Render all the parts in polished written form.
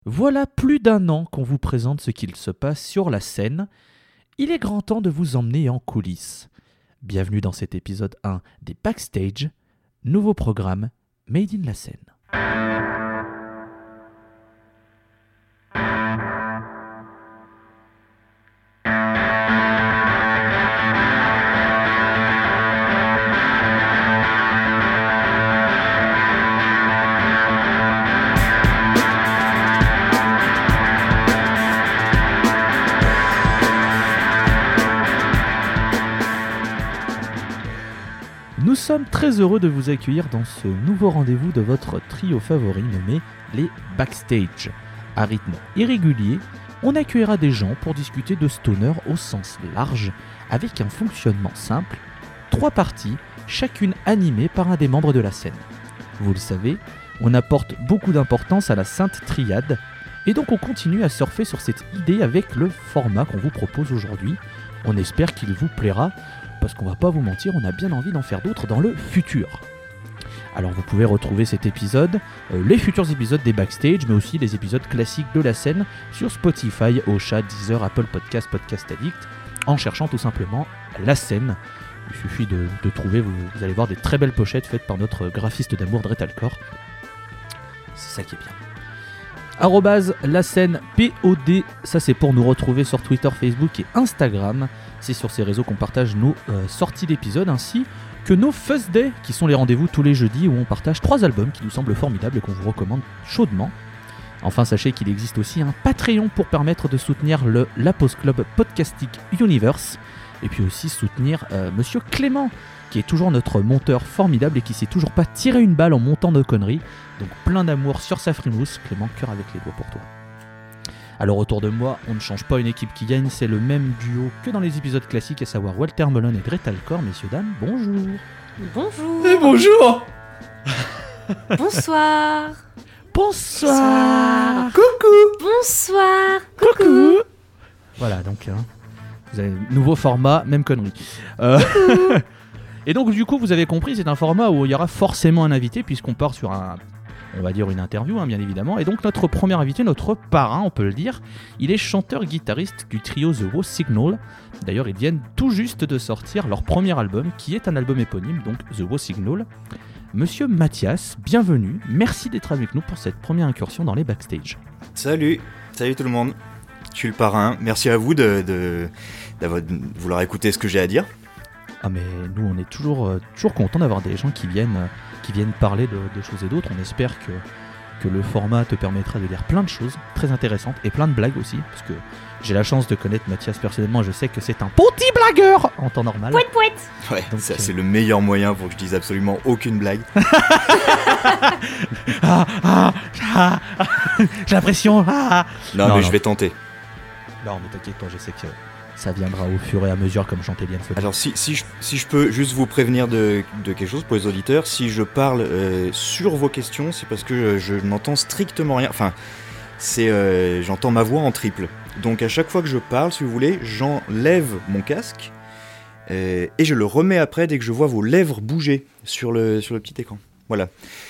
Voilà plus d'un an qu'on vous présente ce qu'il se passe sur la scène. Il est grand temps de vous emmener en coulisses. Bienvenue dans cet épisode 1 des Backstage, nouveau programme Made in la scène. Nous sommes très heureux de vous accueillir dans ce nouveau rendez-vous de votre trio favori nommé les Backstage. À rythme irrégulier, on accueillera des gens pour discuter de stoner au sens large, avec un fonctionnement simple, 3 parties, chacune animée par un des membres de la scène. Vous le savez, on apporte beaucoup d'importance à la sainte triade, et donc on continue à surfer sur cette idée avec le format qu'on vous propose aujourd'hui. On espère qu'il vous plaira, parce qu'on va pas vous mentir, on a bien envie d'en faire d'autres dans le futur. Alors vous pouvez retrouver cet épisode, les futurs épisodes des Backstage, mais aussi les épisodes classiques de la scène sur Spotify, Ocha, Deezer, Apple Podcast, Podcast Addict, en cherchant tout simplement la scène. Il suffit de trouver, vous allez voir des très belles pochettes faites par notre graphiste d'amour Dretalcor. C'est ça qui est bien. @la scène POD, ça c'est pour nous retrouver sur Twitter, Facebook et Instagram. C'est sur ces réseaux qu'on partage nos sorties d'épisodes ainsi que nos Fuzz Day, qui sont les rendez-vous tous les jeudis où on partage 3 albums qui nous semblent formidables et qu'on vous recommande chaudement. Enfin, sachez qu'il existe aussi un Patreon pour permettre de soutenir le Lapos Club Podcastic Universe et puis aussi soutenir Monsieur Clément, qui est toujours notre monteur formidable et qui s'est toujours pas tiré une balle en montant de conneries. Donc plein d'amour sur sa frimousse, Clément, cœur avec les doigts pour toi. Alors autour de moi, on ne change pas une équipe qui gagne, c'est le même duo que dans les épisodes classiques, à savoir Walter Melon et Dretalcor. Messieurs, dames, bonjour. Bonjour. Et bonjour. Bonsoir. Bonsoir. Coucou. Bonsoir. Coucou. Voilà, donc vous avez nouveau format, même connerie. Et donc du coup, vous avez compris, c'est un format où il y aura forcément un invité, puisqu'on part sur on va dire une interview, bien évidemment. Et donc notre premier invité, notre parrain, on peut le dire, il est chanteur-guitariste du trio The Woe Signal. D'ailleurs, ils viennent tout juste de sortir leur premier album, qui est un album éponyme, donc The Woe Signal. Monsieur Mathias, bienvenue, merci d'être avec nous pour cette première incursion dans les Backstage. Salut tout le monde. Je suis le parrain. Merci à vous de vouloir écouter ce que j'ai à dire. Ah mais nous on est toujours contents d'avoir des gens qui viennent parler de choses et d'autres. On espère que le format te permettra de lire plein de choses très intéressantes et plein de blagues aussi, parce que j'ai la chance de connaître Mathias personnellement, je sais que c'est un petit blagueur en temps normal. Pouet pouet. Ouais, donc, ça c'est le meilleur moyen pour que je dise absolument aucune blague. J'ai l'impression. Non, mais je vais tenter. Non mais t'inquiète pas, je sais que ça viendra au fur et à mesure comme chanter bien le feu. Alors si je peux juste vous prévenir de quelque chose pour les auditeurs, si je parle sur vos questions, c'est parce que je n'entends strictement rien. Enfin, j'entends ma voix en triple. Donc à chaque fois que je parle, si vous voulez, j'enlève mon casque et je le remets après dès que je vois vos lèvres bouger sur le petit écran. Voilà.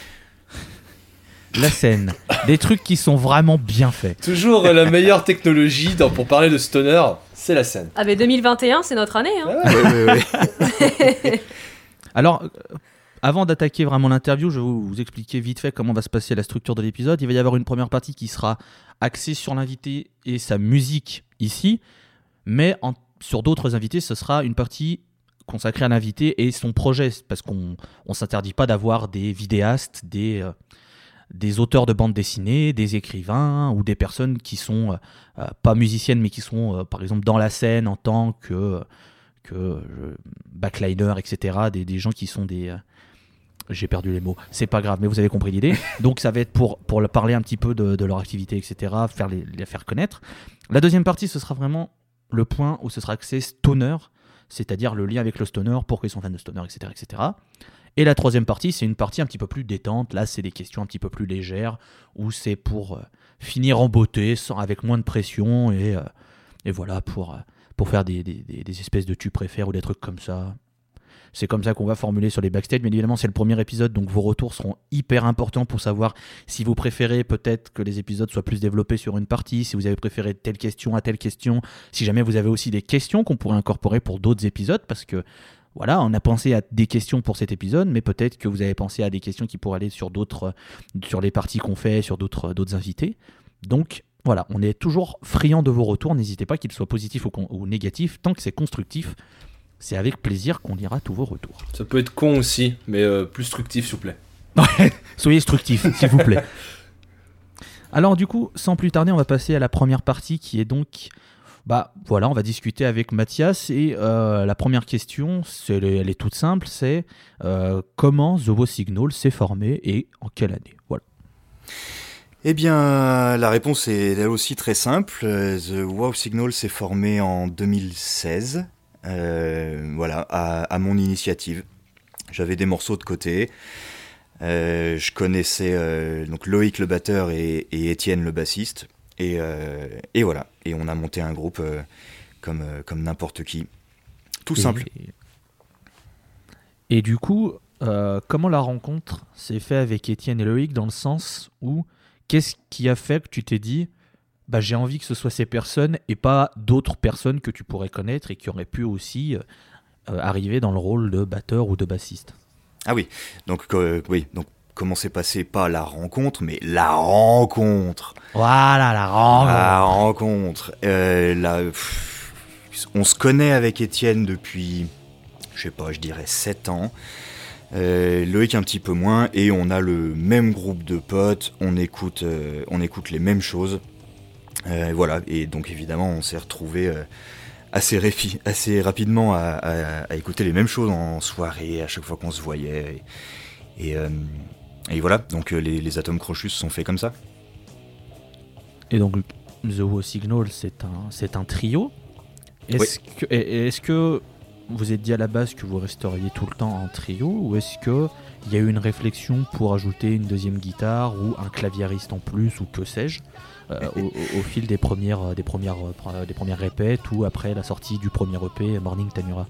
La scène, des trucs qui sont vraiment bien faits. Toujours la meilleure technologie pour parler de stoner, c'est la scène. Ah mais 2021, c'est notre année. Hein. Ouais. Alors, avant d'attaquer vraiment l'interview, je vais vous expliquer vite fait comment va se passer la structure de l'épisode. Il va y avoir une première partie qui sera axée sur l'invité et sa musique ici, mais sur d'autres invités, ce sera une partie consacrée à l'invité et son projet, parce qu'on ne s'interdit pas d'avoir des vidéastes, des auteurs de bandes dessinées, des écrivains ou des personnes qui sont pas musiciennes mais qui sont par exemple dans la scène en tant que backliner, etc. Des gens qui sont des... j'ai perdu les mots, c'est pas grave, mais vous avez compris l'idée. Donc ça va être pour parler un petit peu de leur activité, etc., les faire connaître. La deuxième partie, ce sera vraiment le point où ce sera axé stoner, c'est-à-dire le lien avec le stoner, pourquoi ils sont fans de stoner, etc., etc. Et la troisième partie, c'est une partie un petit peu plus détente. Là, c'est des questions un petit peu plus légères, où c'est pour finir en beauté, avec moins de pression, et voilà, pour faire des espèces de tu préfères ou des trucs comme ça. C'est comme ça qu'on va formuler sur les backstage. Mais évidemment, c'est le premier épisode, donc vos retours seront hyper importants pour savoir si vous préférez peut-être que les épisodes soient plus développés sur une partie, si vous avez préféré telle question à telle question, si jamais vous avez aussi des questions qu'on pourrait incorporer pour d'autres épisodes, parce que voilà, on a pensé à des questions pour cet épisode, mais peut-être que vous avez pensé à des questions qui pourraient aller sur d'autres, sur les parties qu'on fait, sur d'autres invités. Donc voilà, on est toujours friand de vos retours. N'hésitez pas, qu'ils soient positifs ou négatifs, tant que c'est constructif. C'est avec plaisir qu'on lira tous vos retours. Ça peut être con aussi, mais plus structif, s'il vous plaît. Soyez structifs, s'il vous plaît. Alors du coup, sans plus tarder, on va passer à la première partie qui est donc... voilà, on va discuter avec Mathias et la première question, elle est toute simple, c'est comment The WoW Signal s'est formé et en quelle année? Voilà. Eh bien, la réponse est elle aussi très simple. The WoW Signal s'est formé en 2016, voilà, à mon initiative. J'avais des morceaux de côté. Je connaissais donc Loïc le batteur et Étienne le bassiste. Et voilà. Et on a monté un groupe comme n'importe qui. Tout simple. Et du coup, comment la rencontre s'est faite avec Étienne et Loïc, dans le sens où qu'est-ce qui a fait que tu t'es dit j'ai envie que ce soit ces personnes et pas d'autres personnes que tu pourrais connaître et qui auraient pu aussi arriver dans le rôle de batteur ou de bassiste? Ah oui, donc donc comment s'est passée pas la rencontre, mais la rencontre. Voilà, la rencontre. La rencontre. On se connaît avec Étienne depuis, je sais pas, je dirais 7 ans. Loïc un petit peu moins, et on a le même groupe de potes, on écoute les mêmes choses. Voilà, et donc évidemment on s'est retrouvés assez rapidement à écouter les mêmes choses en soirée, à chaque fois qu'on se voyait. Et voilà, donc les atomes crochus se sont faits comme ça. Et donc The WoW Signal, c'est un trio. Est-ce que vous êtes dit à la base que vous resteriez tout le temps en trio, ou est-ce qu'il y a eu une réflexion pour ajouter une deuxième guitare ou un claviériste en plus, ou que sais-je, au fil des premières répètes ou après la sortie du premier EP Morning Tanura?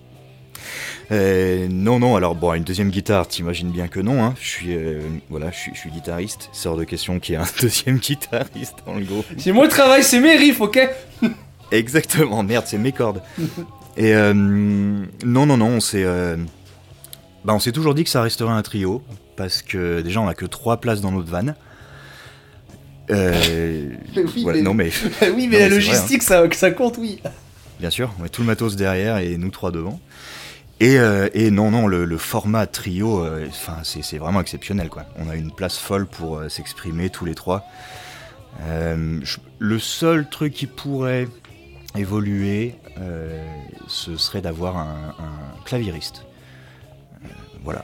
Non, alors bon, une deuxième guitare, t'imagines bien que non, hein. Je suis guitariste, c'est hors de question qu'il y ait un deuxième guitariste dans le groupe. C'est mon travail, c'est mes riffs, ok? Exactement, merde, c'est mes cordes. Et non, on s'est toujours dit que ça resterait un trio, parce que déjà on a que 3 places dans notre van. Oui, voilà, mais la logistique, vrai, hein. ça compte, oui. Bien sûr, on met tout le matos derrière et nous 3 devant. Et non, le format trio, c'est vraiment exceptionnel, quoi. On a une place folle pour s'exprimer tous les 3. Le seul truc qui pourrait évoluer, ce serait d'avoir un claviériste. Voilà.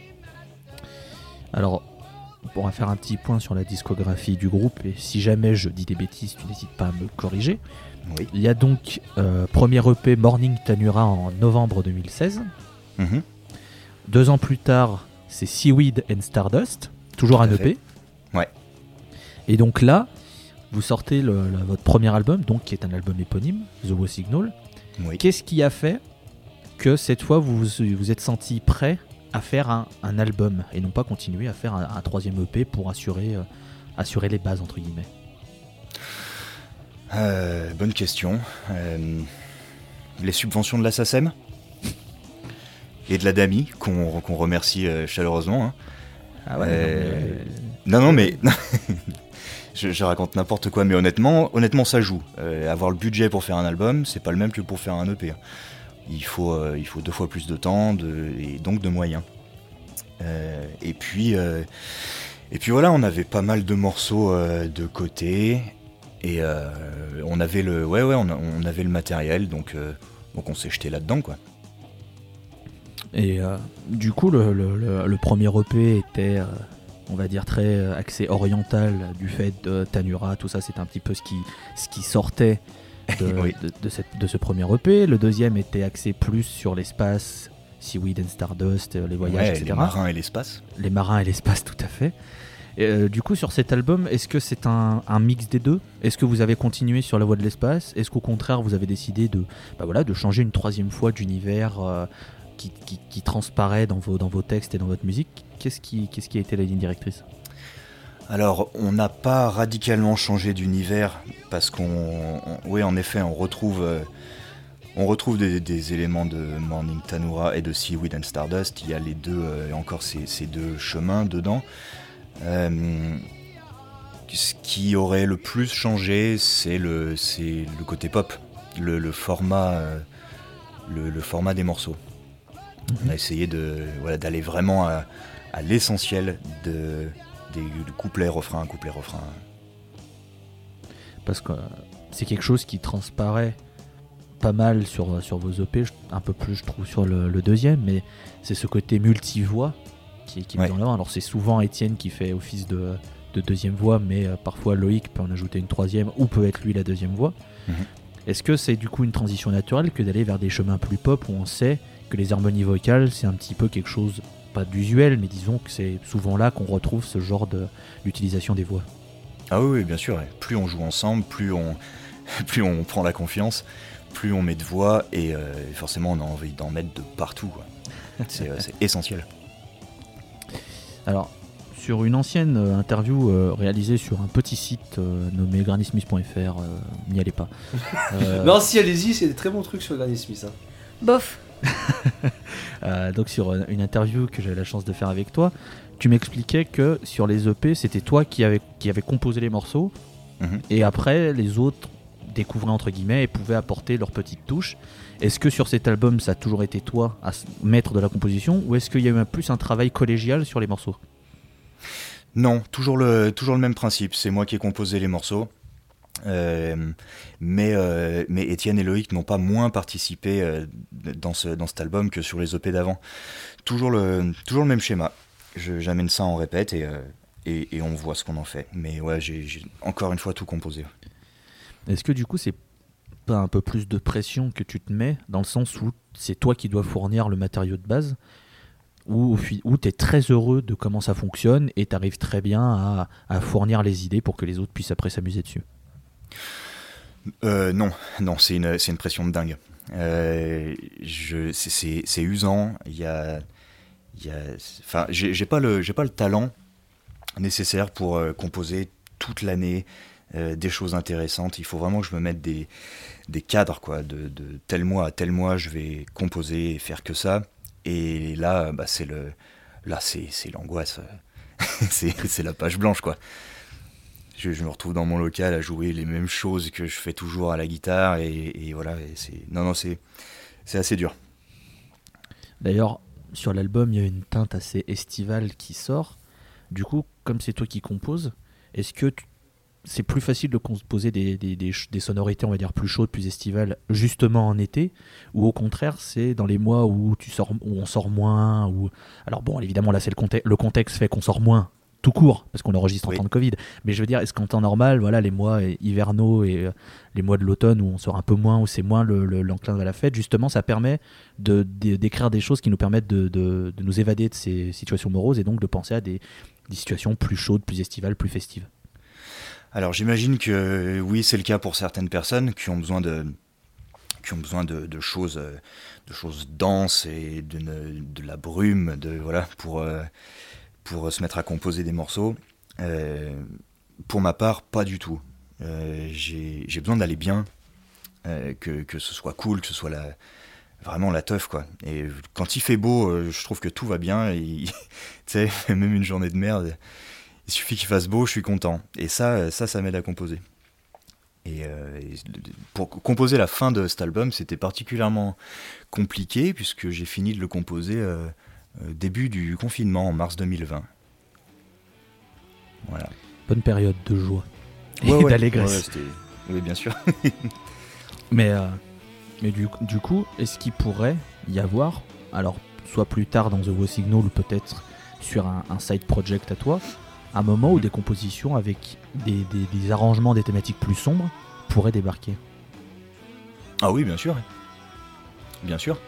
Alors, on va faire un petit point sur la discographie du groupe, et si jamais je dis des bêtises, tu n'hésites pas à me corriger. Oui. Il y a donc premier EP Morning Tanura en novembre 2016. Mm-hmm. 2 ans plus tard, c'est Seaweed and Stardust, toujours un EP. Ouais. Et donc là, vous sortez votre premier album, donc qui est un album éponyme, The WoW Signal. Oui. Qu'est-ce qui a fait que cette fois vous êtes senti prêt à faire un album et non pas continuer à faire un troisième EP pour assurer les bases, entre guillemets? Bonne question. Les subventions de la SACEM et de la DAMI, qu'on remercie chaleureusement. Hein. Ah ouais, non, mais je raconte n'importe quoi, mais honnêtement, ça joue. Avoir le budget pour faire un album, c'est pas le même que pour faire un EP. Il faut 2 fois plus de temps et donc de moyens. Et puis voilà, on avait pas mal de morceaux de côté. Et on avait on avait le matériel, donc on s'est jeté là-dedans, quoi. Et du coup, le premier EP était, on va dire, très axé oriental, du fait de Tanura, tout ça, c'était un petit peu ce qui sortait Oui. de ce premier EP. Le deuxième était axé plus sur l'espace, Seaweed and Stardust, les voyages, etc. Les marins et l'espace. Les marins et l'espace, tout à fait. Du coup, sur cet album, est-ce que c'est un mix des deux? Est-ce que vous avez continué sur la voie de l'espace? Est-ce qu'au contraire, vous avez décidé de changer une troisième fois d'univers qui transparaît dans vos textes et dans votre musique. Qu'est-ce qui a été la ligne directrice ? Alors, on n'a pas radicalement changé d'univers parce oui, en effet, on retrouve des éléments de Morning Tanura et de Seaweed and Stardust. Il y a les deux, encore ces deux chemins dedans. Ce qui aurait le plus changé, c'est le côté pop, le format des morceaux. On a essayé d'aller vraiment à l'essentiel du couplet, refrain. Parce que c'est quelque chose qui transparaît pas mal sur vos EP, un peu plus je trouve sur le deuxième, mais c'est ce côté multi-voix qui est mis en avant. Alors c'est souvent Étienne qui fait office de deuxième voix, mais parfois Loïc peut en ajouter une troisième ou peut être lui la deuxième voix. Est-ce que c'est du coup une transition naturelle que d'aller vers des chemins plus pop où on sait que les harmonies vocales c'est un petit peu quelque chose, pas d'usuel, mais disons que c'est souvent là qu'on retrouve ce genre d'utilisation des voix? Ah oui, bien sûr, plus on joue ensemble, plus on prend la confiance, plus on met de voix et forcément on a envie d'en mettre de partout, quoi. C'est essentiel. Alors, sur une ancienne interview réalisée sur un petit site nommé granny-smith.fr, n'y allez pas. Non, si, allez-y, c'est des très bons trucs sur Granny Smith. Hein. Bof. Donc sur une interview que j'avais la chance de faire avec toi, tu m'expliquais que sur les EP, c'était toi qui avais composé les morceaux, et après les autres découvraient entre guillemets et pouvaient apporter leur petite touche. Est-ce que sur cet album, ça a toujours été toi à maître de la composition, ou est-ce qu'il y a eu plus un travail collégial sur les morceaux ? Non, toujours le même principe. C'est moi qui ai composé les morceaux. Mais Étienne et Loïc n'ont pas moins participé dans cet album que sur les EP d'avant. Toujours le même schéma. J'amène ça en répète et on voit ce qu'on en fait. Mais ouais, j'ai encore une fois tout composé. Est-ce que du coup c'est pas un peu plus de pression que tu te mets, dans le sens où c'est toi qui dois fournir le matériau de base, où tu es très heureux de comment ça fonctionne et tu arrives très bien à fournir les idées pour que les autres puissent après s'amuser dessus? Non, c'est une pression de dingue. C'est usant. J'ai pas le talent nécessaire pour composer toute l'année des choses intéressantes. Il faut vraiment que je me mette des cadres, quoi, de tel mois à tel mois, je vais composer et faire que ça. Et là, c'est l'angoisse. c'est la page blanche, quoi. Je me retrouve dans mon local à jouer les mêmes choses que je fais toujours à la guitare et voilà. Et c'est assez dur. D'ailleurs, sur l'album, il y a une teinte assez estivale qui sort. Du coup, comme c'est toi qui composes, est-ce que c'est plus facile de composer des sonorités, on va dire, plus chaudes, plus estivales, justement en été, ou au contraire, c'est dans les mois où on sort moins, alors bon, évidemment, là, c'est le contexte fait qu'on sort moins, tout court, parce qu'on enregistre en temps de Covid. Mais je veux dire, est-ce qu'en temps normal, voilà, les mois hivernaux et les mois de l'automne où on sort un peu moins, où c'est moins l'enclin à la fête, justement, ça permet d'écrire des choses qui nous permettent de nous évader de ces situations moroses et donc de penser à des situations plus chaudes, plus estivales, plus festives? Alors j'imagine que oui, c'est le cas pour certaines personnes qui ont besoin de choses denses et de la brume, pour se mettre à composer des morceaux. Pour ma part, pas du tout. J'ai besoin d'aller bien, que ce soit cool, que ce soit vraiment la teuf, quoi. Et quand il fait beau, je trouve que tout va bien. Tu sais, même une journée de merde, il suffit qu'il fasse beau, je suis content. Et ça m'aide à composer. Et pour composer la fin de cet album, c'était particulièrement compliqué puisque j'ai fini de le composer début du confinement, en mars 2020. Voilà. Bonne période de joie et d'allégresse. Oui, bien sûr. Mais du coup, est-ce qu'il pourrait y avoir, alors soit plus tard dans The Wow Signal ou peut-être sur un side project à toi, un moment où des compositions avec des arrangements, des thématiques plus sombres pourraient débarquer? Ah oui, bien sûr. Bien sûr.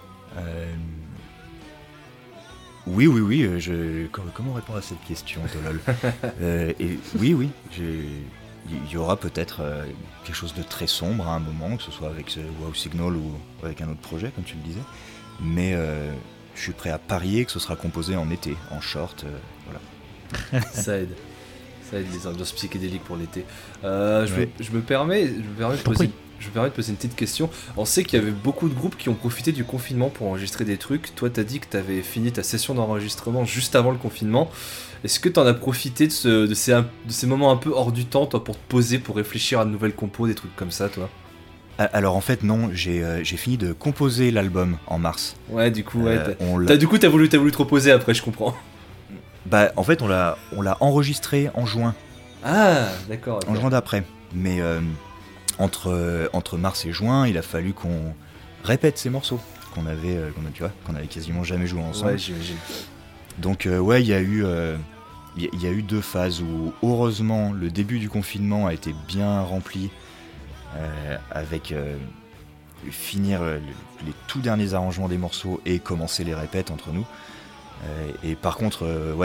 Oui. Comment répondre à cette question, Tolol? Oui. Il y aura peut-être quelque chose de très sombre à un moment, que ce soit avec ce Wow Signal ou avec un autre projet, comme tu le disais. mais je suis prêt à parier que ce sera composé en été, en short, voilà. Ça aide les ambiances psychédéliques pour l'été. Je me permets de poser une petite question. On sait qu'il y avait beaucoup de groupes qui ont profité du confinement pour enregistrer des trucs. Toi, t'as dit que t'avais fini ta session d'enregistrement juste avant le confinement. Est-ce que t'en as profité de ces moments un peu hors du temps, toi, pour te poser, pour réfléchir à de nouvelles compos, des trucs comme ça, toi? Alors en fait non, j'ai fini de composer l'album en mars. Ouais, du coup, t'as voulu te reposer après, je comprends. Bah en fait on l'a enregistré en juin. Ah, d'accord. En juin d'après. Mais entre mars et juin, il a fallu qu'on répète ces morceaux qu'on avait quasiment jamais joué ensemble. Ouais, j'imagine. Donc ouais, il y a eu 2 phases où heureusement le début du confinement a été bien rempli avec finir les tout derniers arrangements des morceaux et commencer les répètes entre nous. Et par contre,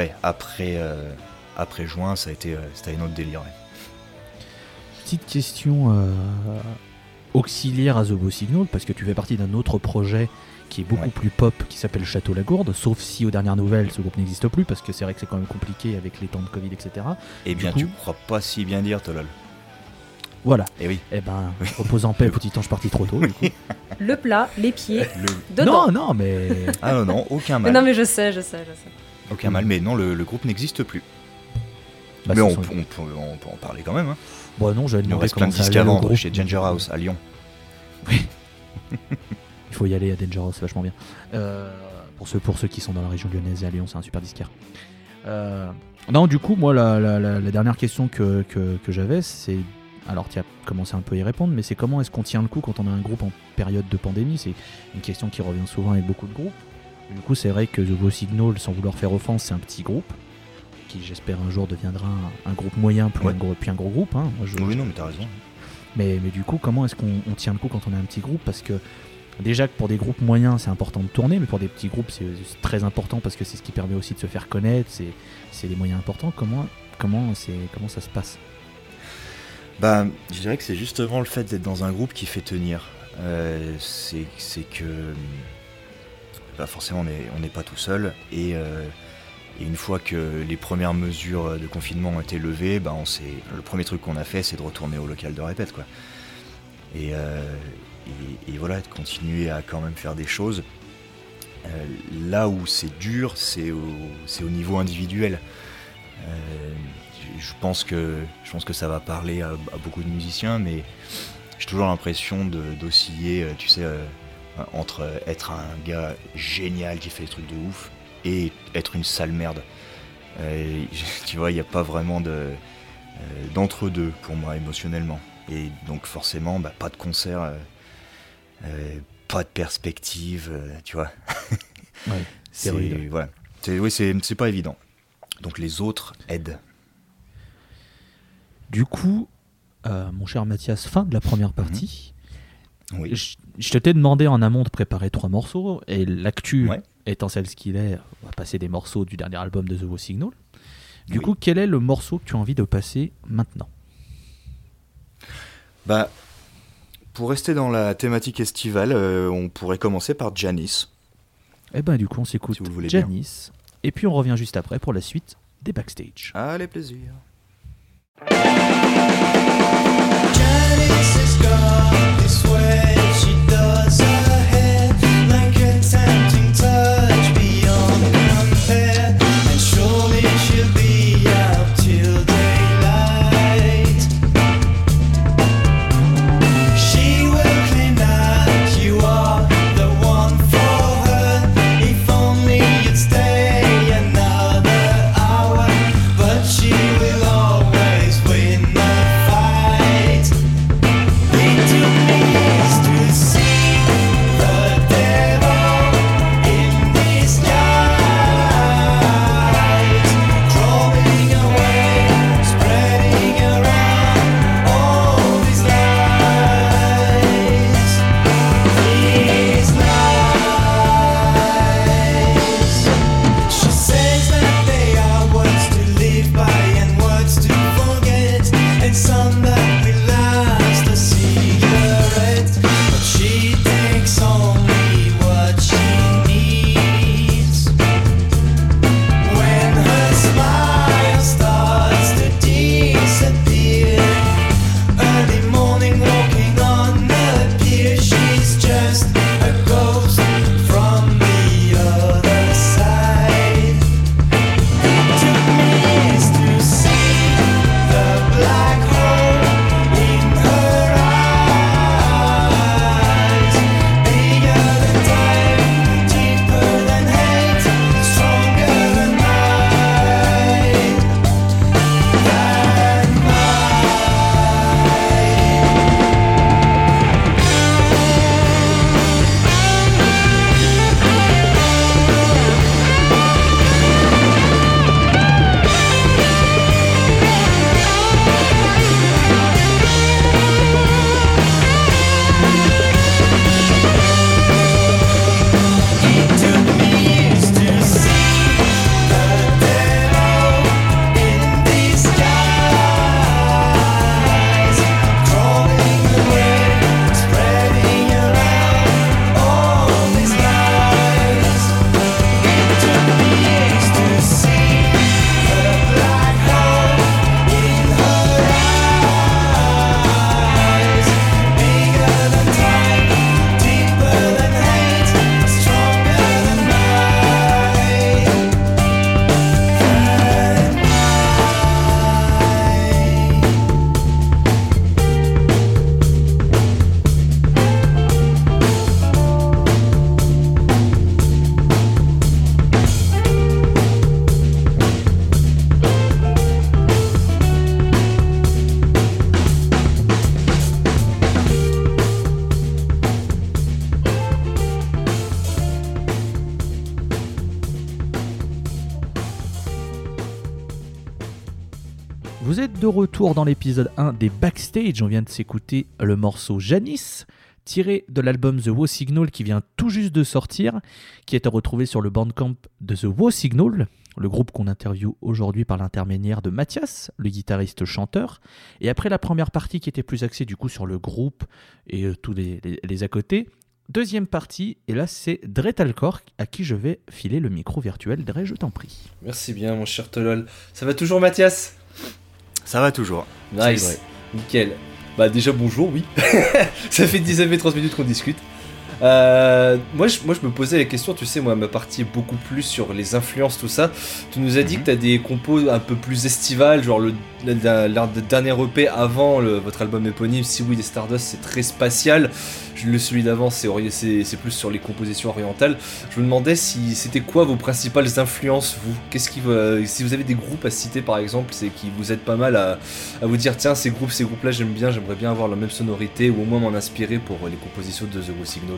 après juin, c'était un autre délire. Ouais. Petite question auxiliaire à The Beau Signal, parce que tu fais partie d'un autre projet qui est beaucoup plus pop, qui s'appelle Château Lagourde, sauf si aux dernières nouvelles ce groupe n'existe plus, parce que c'est vrai que c'est quand même compliqué avec les temps de Covid, etc. Eh bien, tu crois pas si bien dire, Tolol. Voilà. Et oui. Eh ben, repose en paix, petit ange parti trop tôt. Du coup. Le plat, les pieds, dedans. Non, mais... Ah non, aucun mal. Non, mais je sais. Aucun mal, mais non, le groupe n'existe plus. Bah, mais on peut en parler quand même. Hein. Bon, non, j'allais Il nous demander reste plein comment de ça disques allait à au vendre groupe. chez Danger House à Lyon. Oui. Il faut y aller à Danger House, c'est vachement bien. Pour ceux qui sont dans la région lyonnaise et à Lyon, c'est un super disquaire. Non, du coup, moi, la dernière question que j'avais, c'est... Alors, tu as commencé un peu à y répondre, mais c'est comment est-ce qu'on tient le coup quand on a un groupe en période de pandémie? C'est une question qui revient souvent avec beaucoup de groupes. Du coup, c'est vrai que The Beau Signal, sans vouloir faire offense, c'est un petit groupe qui, j'espère, un jour deviendra un groupe moyen, puis un gros groupe. Hein. Oui, non, mais t'as raison. Mais du coup, comment est-ce qu'on tient le coup quand on a un petit groupe? Parce que déjà que pour des groupes moyens, c'est important de tourner, mais pour des petits groupes, c'est très important parce que c'est ce qui permet aussi de se faire connaître, c'est des moyens importants. Comment ça se passe? Bah, je dirais que c'est justement le fait d'être dans un groupe qui fait tenir. C'est que bah forcément on n'est pas tout seul et une fois que les premières mesures de confinement ont été levées, bah le premier truc qu'on a fait, c'est de retourner au local de répète, quoi. Et voilà, de continuer à quand même faire des choses. Là où c'est dur, c'est au niveau individuel. Je pense que ça va parler à beaucoup de musiciens, mais j'ai toujours l'impression d'osciller, tu sais, entre être un gars génial qui fait des trucs de ouf et être une sale merde. Tu vois, il n'y a pas vraiment d'entre-deux pour moi émotionnellement. Et donc forcément, bah, pas de concert, pas de perspective, tu vois. Ouais, c'est rude. Voilà. C'est pas évident. Donc les autres aident. Du coup, mon cher Mathias, fin de la première partie. Oui. Je t'ai demandé en amont de préparer 3 morceaux, et l'actu étant celle qu'il est, on va passer des morceaux du dernier album de The Beau Signal. Du coup, quel est le morceau que tu as envie de passer maintenant? Bah, pour rester dans la thématique estivale, on pourrait commencer par Janis. Eh ben, du coup, on s'écoute Janis, et puis on revient juste après pour la suite des backstage. Allez, plaisir. Janice has gone this way. She does her hair like a tempting touch beyond compare, and surely she'll be out till daylight. She will claim that you are the one for her. If only you'd stay another hour, but she will always win the fight. êtes de retour dans l'épisode 1 des Backstage. On vient de s'écouter le morceau Janice, tiré de l'album The Wow Signal qui vient tout juste de sortir, qui est à retrouver sur le Bandcamp de The Wow Signal, le groupe qu'on interviewe aujourd'hui par l'intermédiaire de Mathias, le guitariste-chanteur. Et après la première partie qui était plus axée du coup sur le groupe et tous les à côté, deuxième partie, et là c'est Dre Talcor à qui je vais filer le micro virtuel. Dre, je t'en prie. Merci bien, mon cher Tolol. Ça va toujours, Mathias ? Ça va toujours. Nice, nickel. Bah déjà bonjour, oui. ça fait 30 minutes qu'on discute. Moi je me posais la question, tu sais, moi ma partie est beaucoup plus sur les influences, tout ça. Tu nous as dit que t'as des compos un peu plus estivales, genre le dernier EP avant votre album éponyme, Seaweed et Stardust, c'est très spatial. Celui d'avant c'est plus sur les compositions orientales. Je me demandais si c'était quoi vos principales influences, vous. Si vous avez des groupes à citer par exemple, c'est qui vous aident pas mal à vous dire tiens ces groupes là j'aimerais bien avoir la même sonorité ou au moins m'en inspirer pour les compositions de The Wow Signal.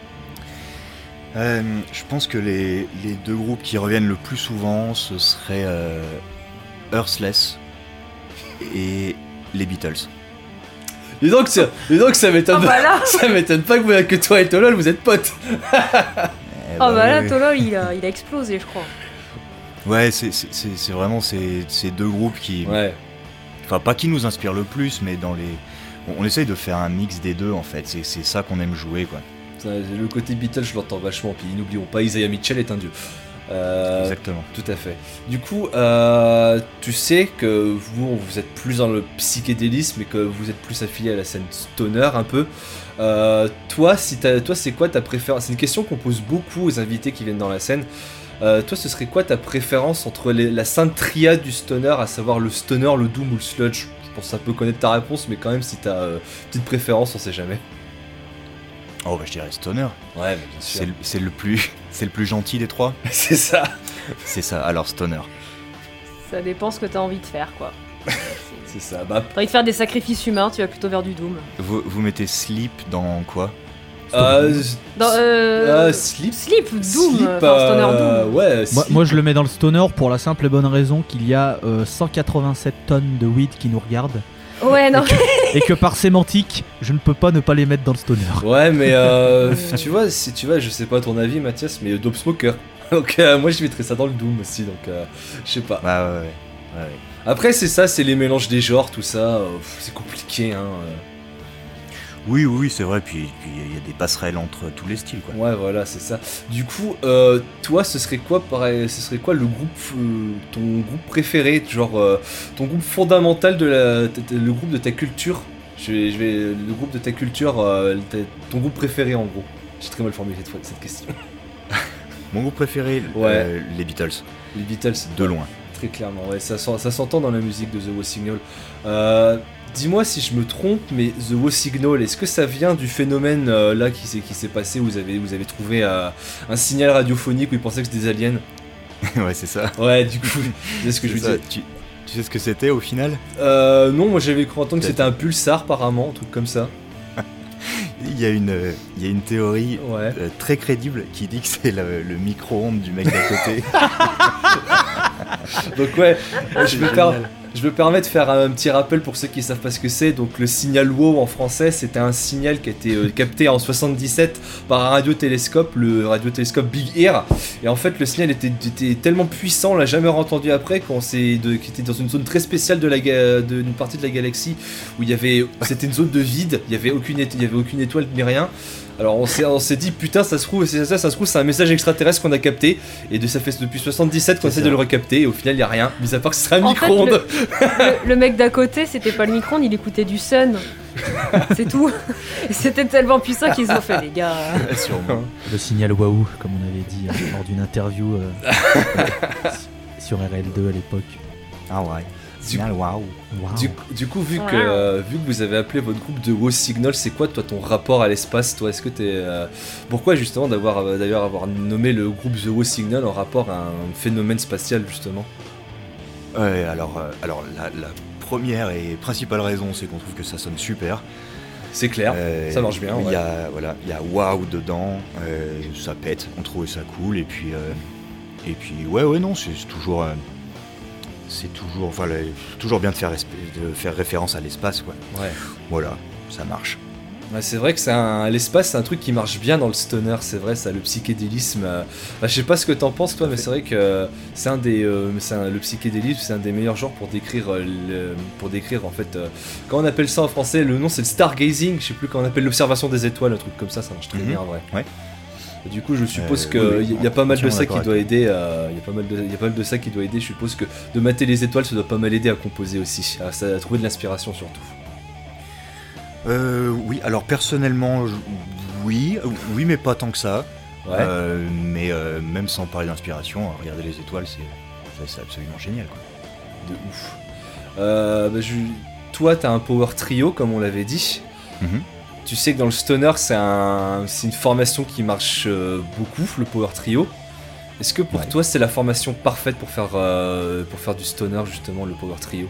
Je pense que les deux groupes qui reviennent le plus souvent, ce serait Earthless et les Beatles. Et donc ça m'étonne, ça m'étonne pas que toi et Tolol vous êtes potes. Là Tolol il a explosé je crois. Ouais, c'est vraiment ces deux groupes qui... Ouais. Enfin pas qui nous inspirent le plus, mais on essaye de faire un mix des deux en fait, c'est ça qu'on aime jouer quoi. Le côté Beatles je l'entends vachement, puis n'oublions pas Isaiah Mitchell est un dieu. Exactement. Tout à fait. Du coup, tu sais que vous êtes plus dans le psychédélisme et que vous êtes plus affilié à la scène stoner un peu. Toi, c'est quoi ta préférence ? C'est une question qu'on pose beaucoup aux invités qui viennent dans la scène. Toi, ce serait quoi ta préférence entre la sainte triade du stoner, à savoir le stoner, le doom ou le sludge ? Je pense que ça peut connaître ta réponse, mais quand même, si t'as petite préférence, on sait jamais. Oh bah je dirais stoner. Ouais, mais bien sûr. C'est le plus gentil des trois. C'est ça. C'est ça, alors stoner. Ça dépend ce que t'as envie de faire quoi. C'est ça. Bah, t'as envie de faire des sacrifices humains, tu vas plutôt vers du doom. Vous mettez Sleep dans quoi ? Sleep, doom, stoner doom. Ouais. Moi je le mets dans le stoner pour la simple et bonne raison qu'il y a 187 tonnes de weed qui nous regardent. Ouais, non. Et que par sémantique, je ne peux pas ne pas les mettre dans le stoner. Ouais, mais tu vois, je sais pas ton avis, Mathias, mais Dope Smoker. Donc moi je mettrais ça dans le Doom aussi, donc je sais pas. Bah ouais. Après c'est ça, c'est les mélanges des genres, tout ça, c'est compliqué, hein. Oui, c'est vrai, puis il y a des passerelles entre tous les styles, quoi. Ouais, voilà, c'est ça. Du coup, toi, ce serait quoi le groupe, ton groupe préféré, genre ton groupe fondamental le groupe de ta culture. Le groupe de ta culture, ton groupe préféré en gros. J'ai très mal formulé cette question. Mon groupe préféré, ouais. Les Beatles. Les Beatles, de loin. Très clairement, ouais, ça s'entend dans la musique de The Wow Signal. Dis-moi si je me trompe, mais The Wow Signal, est-ce que ça vient du phénomène là qui s'est passé où vous avez trouvé un signal radiophonique où ils pensaient que c'était des aliens? Ouais, c'est ça. Ouais, du coup, c'est ce que je veux dire. Tu sais ce que c'était au final? Non, moi j'avais cru entendre que c'était un pulsar apparemment, un truc comme ça. Il y a une théorie très crédible qui dit que c'est le micro-ondes du mec d'à côté. Donc ouais, je me permets de faire un petit rappel pour ceux qui ne savent pas ce que c'est. Donc le signal WOW en français, c'était un signal qui a été capté en 77 par un radiotélescope, le radiotélescope Big Ear. Et en fait le signal était tellement puissant, on l'a jamais entendu après, qui était dans une zone très spéciale d'une partie de la galaxie où c'était une zone de vide, il y avait aucune étoile ni rien. Alors on s'est dit putain ça se trouve c'est un message extraterrestre qu'on a capté et ça fait depuis 77 qu'on essaie de le recapter et au final il y a rien, mis à part que ce serait un micro-ondes. Le mec d'à côté c'était pas le micro-ondes, il écoutait du Sun. C'est tout. Et c'était tellement puissant qu'ils ont fait les gars. Sûrement. Le signal waouh comme on avait dit lors d'une interview sur RL2 à l'époque. Ah ouais. Signal waouh. Du coup, vu que vous avez appelé votre groupe de Wow Signal, c'est quoi toi ton rapport à l'espace? Toi, est-ce que t'es pourquoi justement d'avoir nommé le groupe The Wow Signal en rapport à un phénomène spatial justement? Ouais, alors la première et principale raison, c'est qu'on trouve que ça sonne super. C'est clair, ça marche bien. Il y a waouh dedans, ça pète, on trouvait ça cool et puis ouais non, c'est toujours c'est toujours, voilà, toujours bien de faire référence à l'espace, quoi. Ouais. Voilà, ça marche. Ouais, c'est vrai que l'espace, c'est un truc qui marche bien dans le stoner, c'est vrai, ça, le psychédélisme. Je sais pas ce que t'en penses, toi, mais c'est vrai que le psychédélisme, c'est un des meilleurs genres pour décrire, en fait, quand on appelle ça en français, le nom c'est le stargazing, je sais plus quand on appelle l'observation des étoiles, un truc comme ça marche très bien, en vrai. Ouais. Et du coup, je suppose Oui, qu'il y a pas mal de ça entièrement qui doit aider. Il y a pas mal de ça qui doit aider. Je suppose que de mater les étoiles, ça doit pas mal aider à composer aussi, à trouver de l'inspiration surtout. Oui, alors personnellement, oui, mais pas tant que ça. Ouais. Mais même sans parler d'inspiration, regarder les étoiles, c'est absolument génial, quoi. De ouf. Toi, t'as un power trio, comme on l'avait dit. Mhm. Tu sais que dans le stoner, c'est une formation qui marche beaucoup, le power trio. Est-ce que pour Ouais. toi, c'est la formation parfaite pour faire du stoner, justement, le power trio?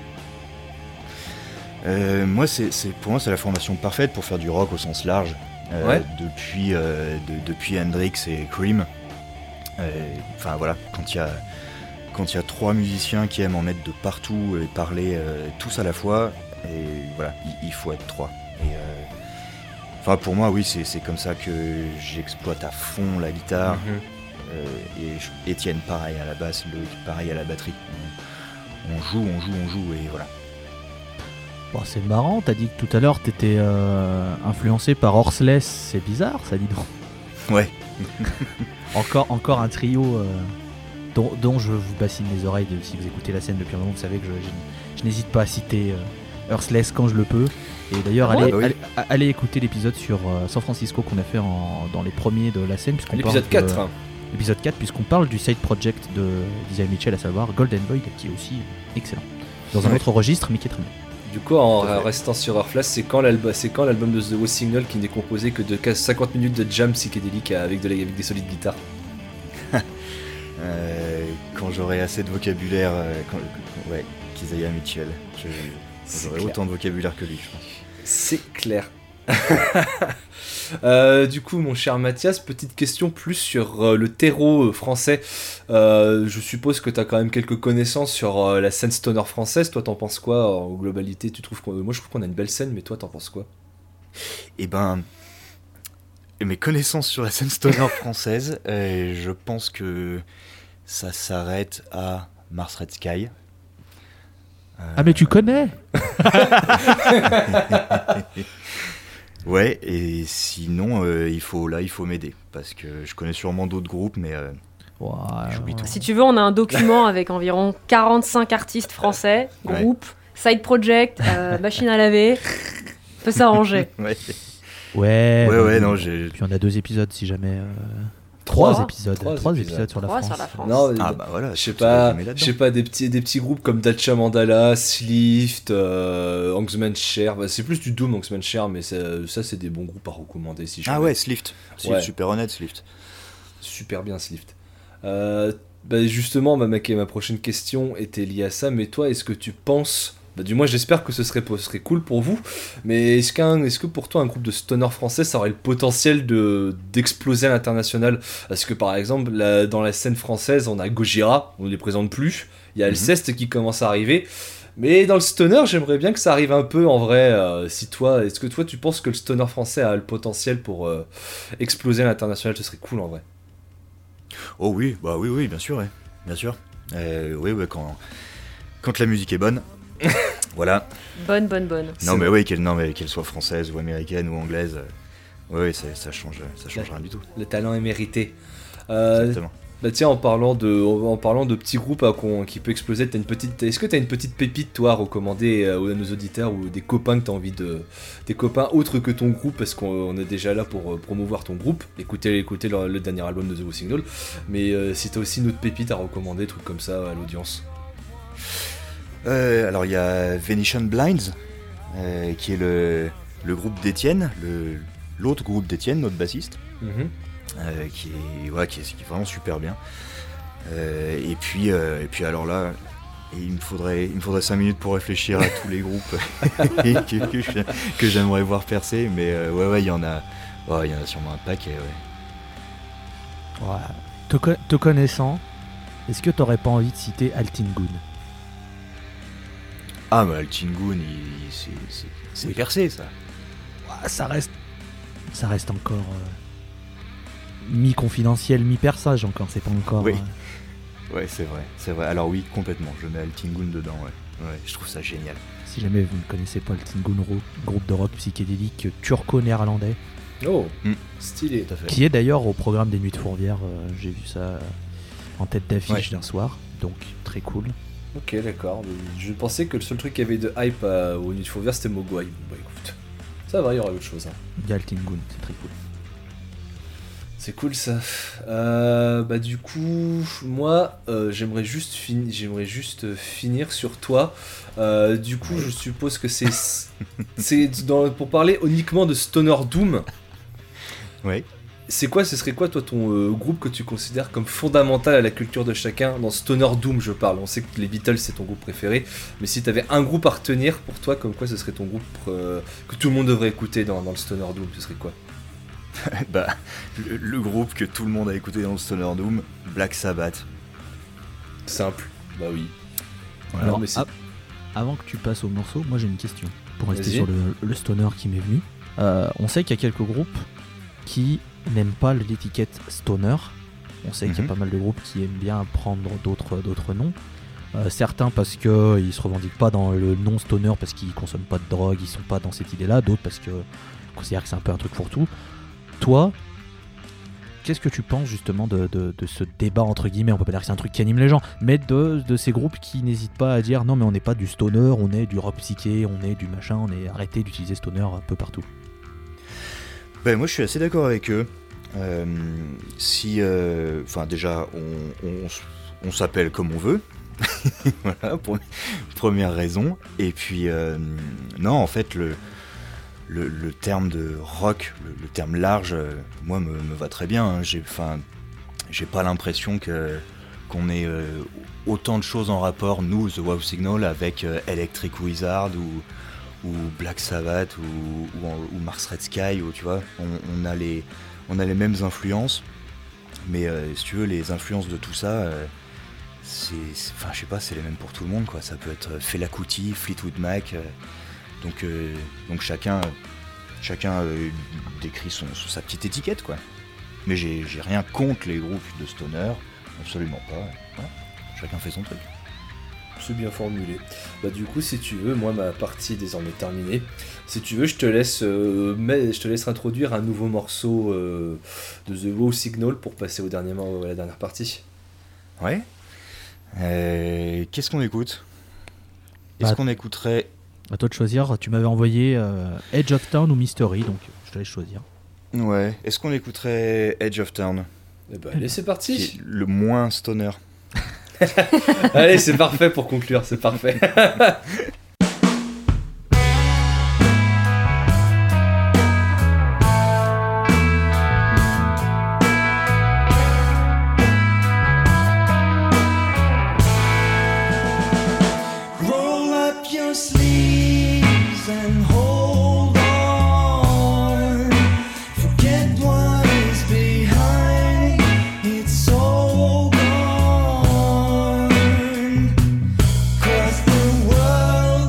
Pour moi, c'est la formation parfaite pour faire du rock au sens large. Ouais. Depuis Hendrix et Cream. Enfin voilà, quand il y a 3 musiciens qui aiment en mettre de partout et parler tous à la fois, et voilà, il faut être 3. Enfin pour moi, oui, c'est comme ça que j'exploite à fond la guitare. Et Étienne pareil à la basse, Loïc pareil à la batterie. On joue et voilà. Bon, c'est marrant, t'as dit que tout à l'heure t'étais influencé par Horseless, c'est bizarre ça, dis donc. Ouais. Encore un trio dont je vous bassine les oreilles, si vous écoutez la scène depuis un moment, vous savez que je n'hésite pas à citer Horseless quand je le peux. Et d'ailleurs, allez écouter l'épisode sur San Francisco qu'on a fait dans les premiers de la scène. L'épisode 4. L'épisode 4, puisqu'on parle du side project de Isaiah Mitchell, à savoir Golden Void, qui est aussi excellent. Dans un autre registre, mais qui est très bien. Du coup, en restant sur Earthflash, c'est quand l'album de The Wall Signal qui n'est composé que de 50 minutes de jam psychédélique avec des solides guitares? Quand j'aurai assez de vocabulaire, qu'Isaiah Mitchell. J'aurai clair. autant de vocabulaire que lui, je pense. C'est clair. Du coup, mon cher Mathias, petite question plus sur le terreau français. Je suppose que tu as quand même quelques connaissances sur la scène stoner française. Toi, t'en penses quoi en globalité? Moi, je trouve qu'on a une belle scène, mais toi, t'en penses quoi? Eh ben, mes connaissances sur la scène stoner française, je pense que ça s'arrête à Mars Red Sky. Ah mais tu connais. Ouais, et sinon, il faut m'aider, parce que je connais sûrement d'autres groupes, mais j'oublie tout. Si tu veux, on a un document avec environ 45 artistes français, Ouais. groupes, side project, machine à laver. Peut s'arranger. Ouais, non, j'ai... Puis on a 2 épisodes si jamais. 3 3 épisodes. 3 épisodes sur la 3 France. sur la France. Non, Ah bah voilà, je sais tu vas pas, aimer là-dedans. je sais pas, des petits groupes comme Dacha Mandala, Slift, Angsman Cher. Bah, c'est plus du doom Angsman Cher, mais ça c'est des bons groupes à recommander si je Ah peux. ouais, Slift. Ouais. Super honnête, Slift. Super bien Slift. Justement, ma prochaine question était liée à ça, mais toi, est-ce que tu penses... du moins, j'espère que ce serait cool pour vous, mais est-ce que pour toi, un groupe de stoner français, ça aurait le potentiel d'exploser à l'international? Parce que, par exemple, dans la scène française, on a Gojira, on ne les présente plus, il y a Alceste qui commence à arriver, mais dans le stoner, j'aimerais bien que ça arrive un peu, en vrai. Est-ce que toi, tu penses que le stoner français a le potentiel pour exploser à l'international? Ce serait cool, en vrai. Oh oui, bah oui, bien sûr, ouais. Bien sûr. Oui, quand la musique est bonne... Voilà. Bonne. Non mais oui, qu'elle soit française ou américaine ou anglaise, oui, ça change rien du tout. Le talent est mérité. Exactement. Tiens, en parlant de petits groupes qui peut exploser, est-ce que t'as une petite pépite toi à recommander à nos auditeurs ou des copains que t'as envie des copains autres que ton groupe, parce qu'on est déjà là pour promouvoir ton groupe, écoutez le dernier album de The Who Signal, mais si t'as aussi une autre pépite à recommander, trucs comme ça à l'audience. Alors il y a Venetian Blinds, qui est le groupe d'Étienne, l'autre groupe d'Étienne, notre bassiste. Qui est vraiment super bien. Et puis alors là, il me faudrait 5 minutes pour réfléchir à tous les groupes que j'aimerais voir percer, mais il y en a sûrement un paquet. Ouais. Te connaissant, est-ce que t'aurais pas envie de citer Altingun? Ah, mais Altingun, c'est Oui. percé, ça. Ah, ça reste encore mi-confidentiel, mi-perçage encore, c'est pas encore... Oui. Ouais, c'est vrai. Alors oui, complètement, je mets Altingun dedans, ouais. Ouais, je trouve ça génial. Si jamais vous ne connaissez pas le Tingun groupe de rock psychédélique turco-néerlandais, Oh, Mm. stylé. Tout à fait. qui est d'ailleurs au programme des Nuits de Fourvière, j'ai vu ça en tête d'affiche Ouais. d'un soir, donc très cool. Ok, d'accord. Je pensais que le seul truc qu'il y avait de hype au Nuit de Fourvière c'était Mogwai. Bon, bah écoute, ça va, il y aura autre chose. Hein. Il y a le Tingun, c'est très cool. C'est cool ça. Bah du coup, moi, j'aimerais juste finir sur toi. Du coup, je suppose que pour parler uniquement de Stoner Doom. Ouais. Ce serait quoi toi ton groupe que tu considères comme fondamental à la culture de chacun dans Stoner Doom je parle. On sait que les Beatles c'est ton groupe préféré, mais si t'avais un groupe à retenir pour toi, comme quoi ce serait ton groupe que tout le monde devrait écouter dans le Stoner Doom, ce serait quoi? Bah, le groupe que tout le monde a écouté dans le Stoner Doom, Black Sabbath. Simple. Bah oui. Voilà. Alors, mais c'est- avant que tu passes au morceau, moi j'ai une question. Pour rester Vas-y. sur le stoner qui m'est venu. On sait qu'il y a quelques groupes qui n'aiment pas l'étiquette stoner. On sait qu'il y a Mhm. pas mal de groupes qui aiment bien prendre d'autres noms. Certains parce qu'ils se revendiquent pas dans le nom stoner parce qu'ils consomment pas de drogue, ils sont pas dans cette idée-là. D'autres parce qu'ils considèrent que c'est un peu un truc pour tout. Toi, qu'est-ce que tu penses justement de ce débat entre guillemets, on peut pas dire que c'est un truc qui anime les gens, mais de ces groupes qui n'hésitent pas à dire non mais on n'est pas du stoner, on est du rock psyché, on est du machin, on est arrêté d'utiliser stoner un peu partout. Ben, moi je suis assez d'accord avec eux. Enfin déjà on s'appelle comme on veut. Voilà, première raison. Et puis non, en fait le terme de rock, le terme large, moi me va très bien. Hein. J'ai pas l'impression qu'on ait autant de choses en rapport, nous, The Wow Signal, avec Electric Wizard ou Black Sabbath ou Mars Red Sky, ou, tu vois, on a les mêmes influences, mais si tu veux, les influences de tout ça, enfin, je sais pas, c'est les mêmes pour tout le monde, quoi. Ça peut être Fela Kuti, Fleetwood Mac, donc chacun décrit sa petite étiquette, quoi. Mais j'ai rien contre les groupes de stoner, absolument pas. Voilà. Chacun fait son truc. C'est bien formulé. Bah du coup, si tu veux, moi ma partie est désormais terminée. Si tu veux, je te laisse introduire un nouveau morceau de The Wow Signal pour passer à la dernière partie. Ouais. Qu'est-ce qu'on écoute? Est-ce Bah, qu'on écouterait... À toi de choisir, tu m'avais envoyé Edge of Town ou Mystery, donc je te laisse choisir. Ouais. Est-ce qu'on écouterait Edge of Town, Et bah allez, c'est qui parti. est le moins stoner? Allez, c'est parfait pour conclure, c'est parfait. Roll up your sleeves and hold on. Forget what is behind, it's all gone. 'Cause the world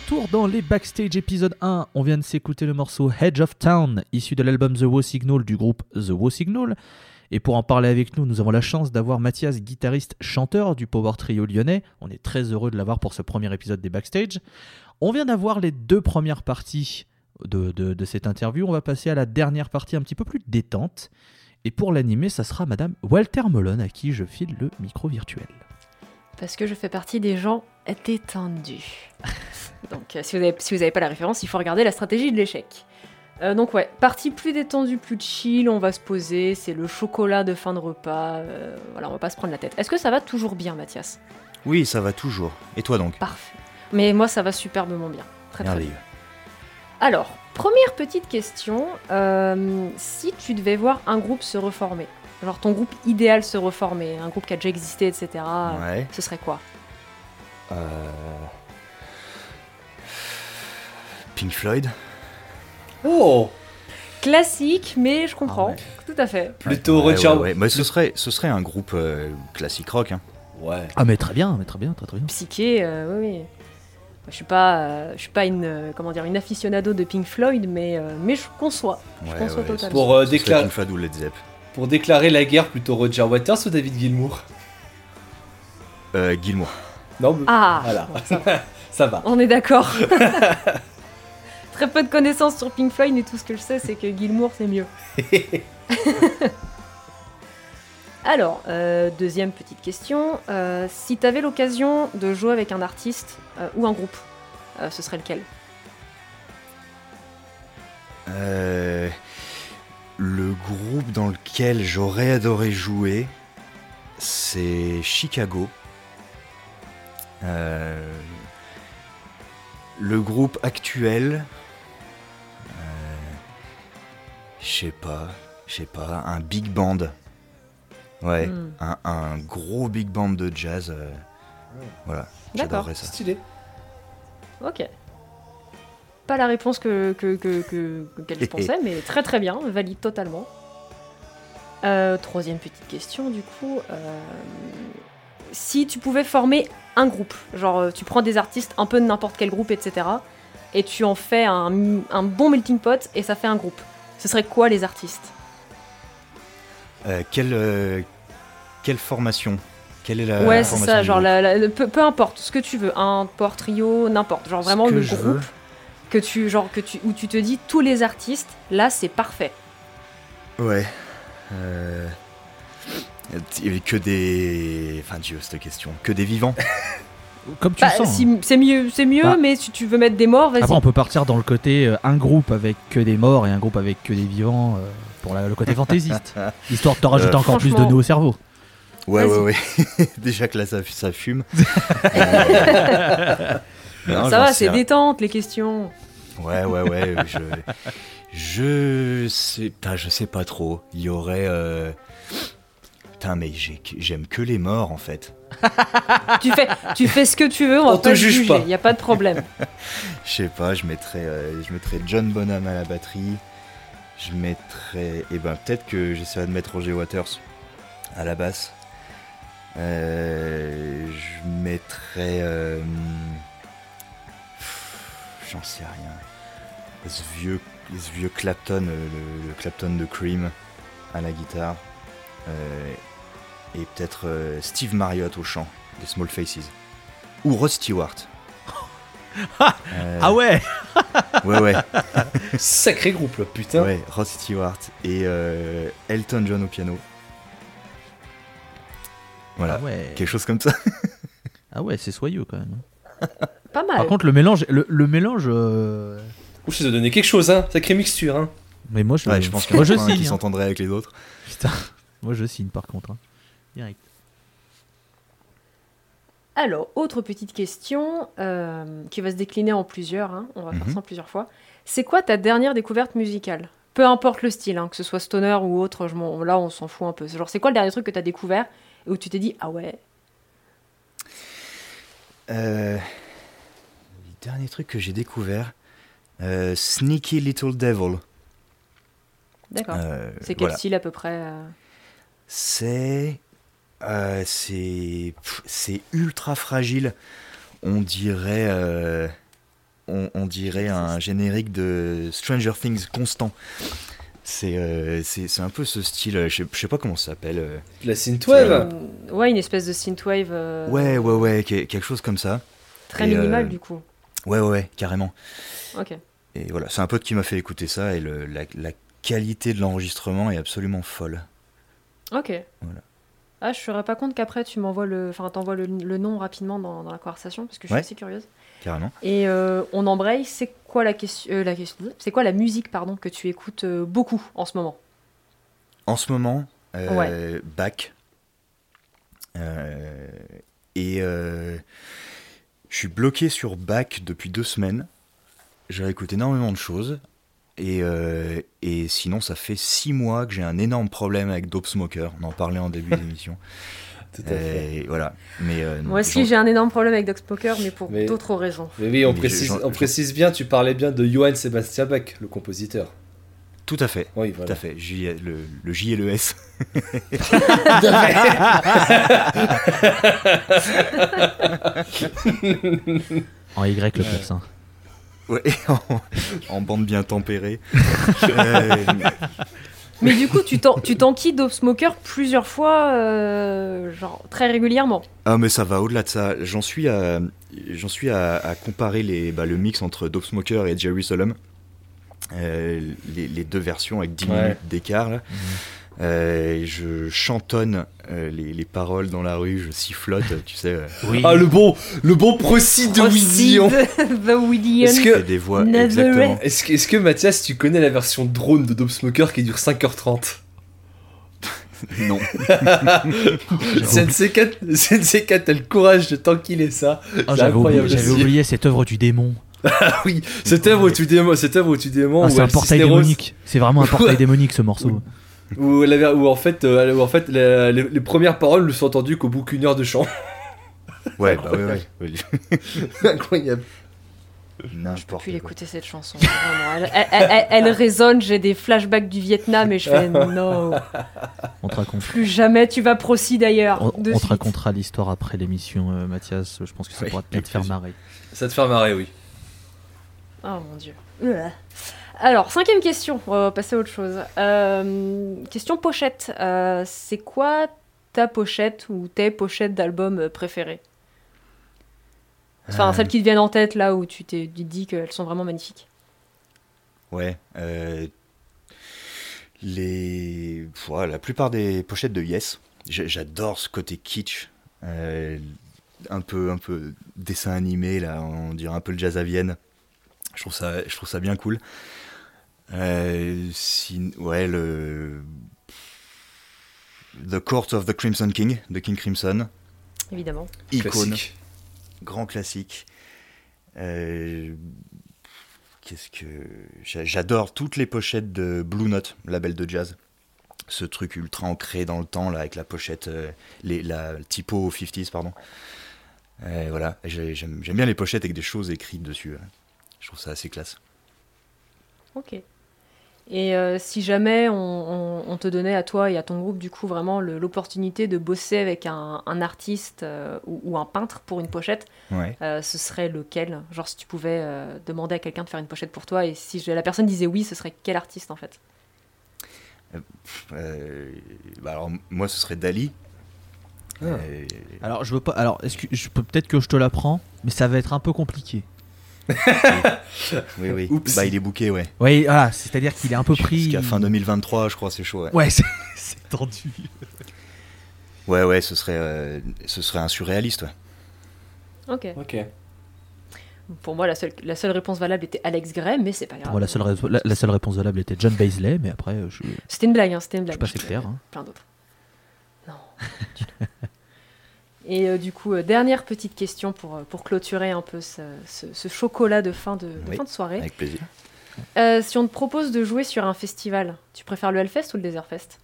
retour dans les Backstage épisode 1. On vient de s'écouter le morceau Edge of Town, issu de l'album The Woe Signal du groupe The Woe Signal. Et pour en parler avec nous, nous avons la chance d'avoir Mathias, guitariste, chanteur du power trio lyonnais. On est très heureux de l'avoir pour ce premier épisode des Backstage. On vient d'avoir les 2 premières parties de cette interview. On va passer à la dernière partie un petit peu plus détente. Et pour l'animer, ça sera Madame Walter Melon à qui je file le micro virtuel. Parce que je fais partie des gens détendus. Donc, si vous avez pas la référence, il faut regarder la stratégie de l'échec. Donc ouais, partie plus détendue, plus chill, on va se poser, c'est le chocolat de fin de repas, voilà, on va pas se prendre la tête. Est-ce que ça va toujours bien, Mathias ? Oui, ça va toujours. Et toi donc? Parfait. Mais moi, ça va superbement bien. Très très bien. Merveilleux. Alors, première petite question, si tu devais voir un groupe se reformer, genre ton groupe idéal se reformer, un groupe qui a déjà existé, etc., Ouais. ce serait quoi ? Pink Floyd. Oh, Classique, mais je comprends, Ah ouais. tout à fait. plutôt Ouais, Richard. ouais. Mais ce serait un groupe classique rock. Hein. Ouais. Ah mais très bien, très bien. Psyché, oui, oui. Je suis pas une aficionado de Pink Floyd, mais je conçois. Je conçois totalement. Pour, Ce serait déclarer, Pink Floyd ou Led Zepp. pour déclarer la guerre, plutôt Roger Waters ou David Gilmour? Gilmour. Non, mais Ah, voilà. bon, ça va. Ça va. On est d'accord. Très peu de connaissances sur Pink Floyd, mais tout ce que je sais, c'est que Gilmour, c'est mieux. Alors, deuxième petite question. Si tu avais l'occasion de jouer avec un artiste ou un groupe, ce serait lequel ? Le groupe dans lequel j'aurais adoré jouer, c'est Chicago. Le groupe actuel, je sais pas, un big band. Ouais, Hmm. un gros big band de jazz. Voilà, D'accord. j'adorerais ça. Stylé. Ok. Pas la réponse que je pensais, mais très très bien, valide totalement. Troisième petite question, du coup. Si tu pouvais former un groupe, genre tu prends des artistes un peu de n'importe quel groupe, etc., et tu en fais un bon melting pot et ça fait un groupe, ce serait quoi les artistes ? Quelle formation? Quelle est la Ouais, c'est formation ça, du genre groupe peu importe, ce que tu veux, un power trio, n'importe, genre vraiment Ce que le je groupe veux. où tu te dis tous les artistes, là c'est parfait. Ouais. Il y avait que des... Enfin, Dieu, cette question. Que des vivants. Comme tu Bah, le sens. si- hein. c'est mieux, Bah. mais si tu veux mettre des morts, vas-y. Après, on peut partir dans le côté un groupe avec que des morts et un groupe avec que des vivants pour le côté fantaisiste. Histoire de te rajouter encore plus de franchement. nœuds au cerveau. Ouais, Vas-y. ouais. Déjà que là, ça fume. Non, Ça j'en va, sais c'est rien. détente les questions. Ouais. Je sais pas trop. Il y aurait... Putain, mais j'aime que les morts, en fait. Tu fais ce que tu veux, on va On te pas te juge juger, pas. y a pas de problème. Je sais pas, je mettrais John Bonham à la batterie. Je mettrais... Eh ben, peut-être que j'essaierai de mettre Roger Waters à la basse. Je mettrais... J'en sais rien. Ce vieux Clapton, le Clapton de Cream à la guitare. Et peut-être Steve Marriott au chant, des Small Faces. Ou Rod Stewart. Ah ouais. Ouais. Sacré groupe là, putain. Ouais, Rod Stewart et Elton John au piano. Voilà, Ah ouais. quelque chose comme ça. Ah ouais, c'est soyeux quand même. Pas mal. Par contre, le mélange, le mélange. Ouh, ça doit donner quelque chose, hein. Sacrée mixture, hein. Mais moi, je pense qu'il y moi, en je a un qui signe. hein. s'entendrait avec les autres. Putain, moi, je signe par contre. hein. Direct. Alors, autre petite question qui va se décliner en plusieurs, hein, on va faire Mhm. ça en plusieurs fois. C'est quoi ta dernière découverte musicale ? Peu importe le style, hein, que ce soit stoner ou autre, là on s'en fout un peu. Genre, c'est quoi le dernier truc que t'as découvert et où tu t'es dit ah ouais, Le dernier truc que j'ai découvert, Sneaky Little Devil. d'accord. C'est quel Voilà. style à peu près C'est ultra fragile. On dirait on dirait un générique de Stranger Things constant. C'est un peu ce style, je sais pas comment ça s'appelle. La synthwave. Ouais, une espèce de synthwave Ouais, quelque chose comme ça. très Et, minimal du coup. Ouais, carrément. Ok. Et voilà, c'est un pote qui m'a fait écouter ça et la qualité de l'enregistrement est absolument folle. Ok. Voilà. Ah, je ne serais pas compte qu'après tu m'envoies t'envoies le nom rapidement dans la conversation parce que je suis Ouais. assez curieuse. Carrément. Et on embraye, c'est quoi c'est quoi la musique pardon que tu écoutes beaucoup en ce moment? En ce moment, Ouais. Bach. Et je suis bloqué sur Bach depuis 2 semaines. J'ai écouté énormément de choses. Et sinon, ça fait 6 mois que j'ai un énorme problème avec Dope Smoker. On en parlait en début d'émission. Tout à fait. Et voilà. Mais, Moi aussi j'ai un énorme problème avec Doc Poker mais pour Mais- d'autres raisons. Mais oui, on Mais précise bien, tu parlais bien de Johann Sebastian Bach, le compositeur. Tout à fait. Oui, Tout voilà. à fait. Le J et le S. En Y, le clavecin. Ouais, en bande bien tempérée. Mais du coup tu t'enquilles Dope Smoker plusieurs fois genre très régulièrement. Ah, mais ça va au-delà de ça. J'en suis à comparer le mix entre Dope Smoker et Jerusalem. Les 2 versions avec 10 Ouais. minutes d'écart. Là. Je chantonne les paroles dans la rue, je sifflote, tu sais. Oui. Ah, le bon procid de Widion. The Widion. Est-ce que- C'est des voix Never exactement. Est-ce que Mathias, tu connais la version drone de Dope Smoker qui dure 5h30? Non. Sensei 4 a le courage de t'enquiller ça. Oh, C'est j'avais oublié, incroyable. j'avais oublié cette œuvre du démon. Ah oui, cette œuvre où tu démons, Ah, c'est un portail démonique. C'est vraiment un portail Ouais. démonique ce morceau. où en fait, les premières paroles ne sont entendues qu'au bout qu'1 heure de chant. Ouais, bah ouais. Incroyable. Je peux N'importe plus quoi. l'écouter cette chanson. Vraiment. Elle résonne, j'ai des flashbacks du Vietnam et je fais non. On te raconte. Plus jamais tu vas procéder d'ailleurs. On De te suite. racontera l'histoire après l'émission, Mathias. Je pense que ça Oui, pourra bien te faire marrer. Ça te fait marrer, oui. Oh mon dieu. Alors, 5e question, on va passer à autre chose. Question pochette. C'est quoi ta pochette ou tes pochettes d'albums préférées? Enfin, celles qui te viennent en tête là où tu te dis qu'elles sont vraiment magnifiques. Ouais. La plupart des pochettes de Yes, j'adore ce côté kitsch. Un peu dessin animé, là, on dirait un peu le jazz à Vienne. Je trouve ça bien cool. Ouais, The Court of the Crimson King de King Crimson. Évidemment. Icône, Classique. grand classique. J'adore toutes les pochettes de Blue Note, label de jazz. Ce truc ultra ancré dans le temps, là, avec la pochette, la typo 50s, pardon. Voilà, j'aime bien les pochettes avec des choses écrites dessus. Je trouve ça assez classe. Ok. Et si jamais on te donnait à toi et à ton groupe du coup vraiment l'opportunité de bosser avec un artiste ou un peintre pour une pochette, Ouais. ce serait lequel? Genre si tu pouvais demander à quelqu'un de faire une pochette pour toi et si la personne disait oui, ce serait quel artiste en fait? Alors, moi, ce serait Dali. Ah. Alors, je veux pas. Alors, est-ce que peut-être que je te l'apprends, mais ça va être un peu compliqué. Oui. Oups. Bah, il est booké, ouais. Oui, voilà, c'est-à-dire qu'il est un peu pris. Jusqu'à fin 2023, je crois, c'est chaud. Ouais, Ouais, c'est tendu. ouais, ce serait un surréaliste, ouais. Ok. Ok. Pour moi, la seule réponse valable était Alex Gray, mais c'est pas grave. Bon, la seule réponse valable était John Baisley, mais après, je C'était une blague, hein, c'était une suis blague. pas sectaire. Hein. Plein d'autres. Non. du tout. Et du coup, dernière petite question pour clôturer un peu ce chocolat de fin de Oui. fin de soirée. Avec plaisir. Si on te propose de jouer sur un festival, tu préfères le Hellfest ou le Desertfest?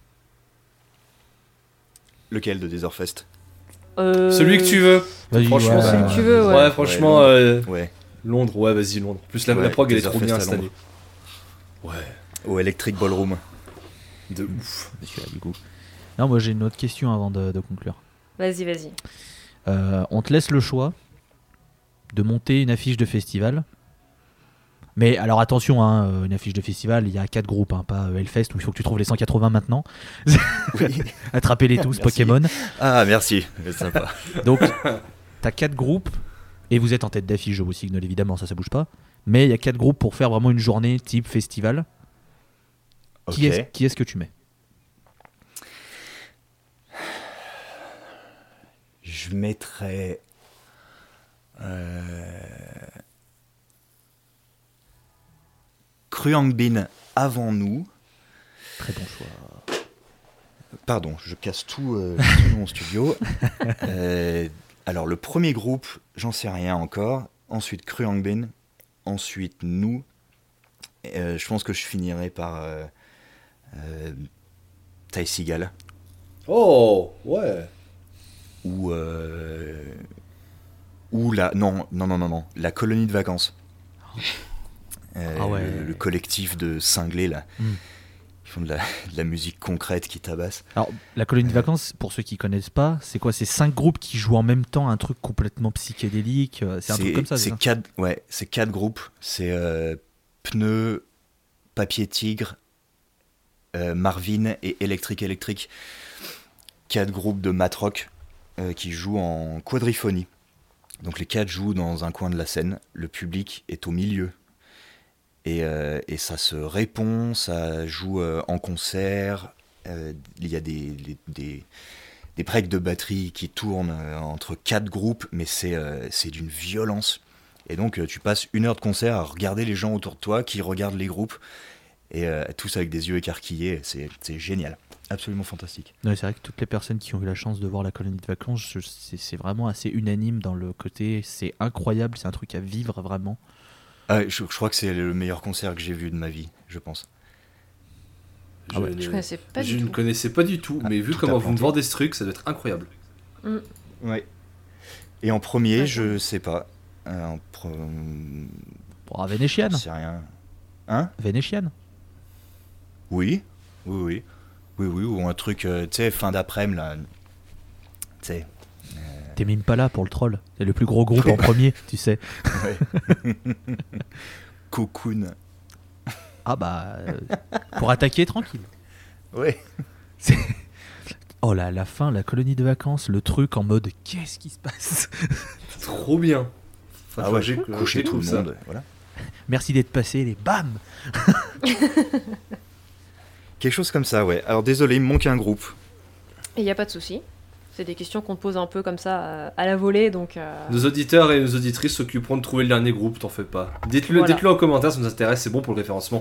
Lequel de Desertfest? Celui que tu veux. Vas-y, Franchement, celui que tu veux, ouais. Ouais, franchement, Ouais. Londres, ouais, vas-y, Londres. En plus, la Ouais, prog, elle est trop Desertfest bien à cette année. Londres. Ouais, Au Electric Ballroom. de ouf. Celui-là, du coup. Non, moi j'ai une autre question avant de conclure. Vas-y. On te laisse le choix de monter une affiche de festival Mais alors attention, hein, une affiche de festival, il y a 4 groupes, hein, pas Hellfest où il faut que tu trouves les 180 maintenant. Oui. Attrapez-les tous, Merci. Pokémon. Ah, merci, c'est sympa. Donc, t'as 4 groupes et vous êtes en tête d'affiche, je vous signale évidemment, ça bouge pas. Mais il y a 4 groupes pour faire vraiment une journée type festival. Ok. Qui est-ce que tu mets? Je mettrais. Kruangbin avant nous. Très bon choix. Pardon, je casse tout dans mon studio. Alors, le premier groupe, j'en sais rien encore. Ensuite, Kruangbin. Ensuite, nous. Je pense que je finirai par Ty Seagal. Oh, ouais. Ou la. Non. La colonie de vacances. Ah ouais. Le collectif de cinglés, là. Mm. Ils font de la musique concrète qui tabasse. Alors, la colonie de vacances, pour ceux qui connaissent pas, c'est quoi? C'est 5 groupes qui jouent en même temps un truc complètement psychédélique. C'est un truc comme ça, c'est ça? C'est 4 groupes. C'est Pneu, Papier Tigre, Marvin et Électrique. 4 groupes de mat rock qui jouent en quadriphonie. Donc les 4 jouent dans un coin de la scène. Le public est au milieu. Et ça se répond, ça joue en concert. Il y a des breaks de batterie qui tournent entre 4 groupes, mais c'est d'une violence. Et donc tu passes 1 heure de concert à regarder les gens autour de toi qui regardent les groupes, et tous avec des yeux écarquillés. C'est génial, absolument fantastique. Non, c'est vrai que toutes les personnes qui ont eu la chance de voir la colonie de vacances, c'est vraiment assez unanime dans le côté, c'est incroyable, c'est un truc à vivre vraiment. Je crois que c'est le meilleur concert que j'ai vu de ma vie, je pense. Ah ouais. Je connaissais pas Je du ne tout. connaissais pas du tout, mais vu tout comment à vous me planter. vendez ce truc, ça doit être incroyable. Ouais. Et en premier, Ouais. je sais pas. Pour un Vénéchienne. J'en sais rien. Hein? Vénéchienne. Oui, ou un truc, tu sais, fin d'après-midi, là. Tu sais. T'es même pas là pour le troll. C'est le plus gros groupe en premier, tu sais. Ouais. Cocoon. Ah bah, pour attaquer tranquille. Ouais. Oh là, la fin, la colonie de vacances, le truc en mode qu'est-ce qui se passe? Trop bien. Enfin, Ah ouais, j'ai coucher tout le ça. monde. Voilà. Merci d'être passé, les bam. Quelque chose comme ça, ouais. Alors désolé, il me manque un groupe. Et il n'y a pas de souci. C'est des questions qu'on te pose un peu comme ça à la volée, donc... Nos auditeurs et nos auditrices s'occuperont de trouver le dernier groupe, t'en fais pas. Dites-le Voilà. dites-le en commentaire, ça nous intéresse, c'est bon pour le référencement.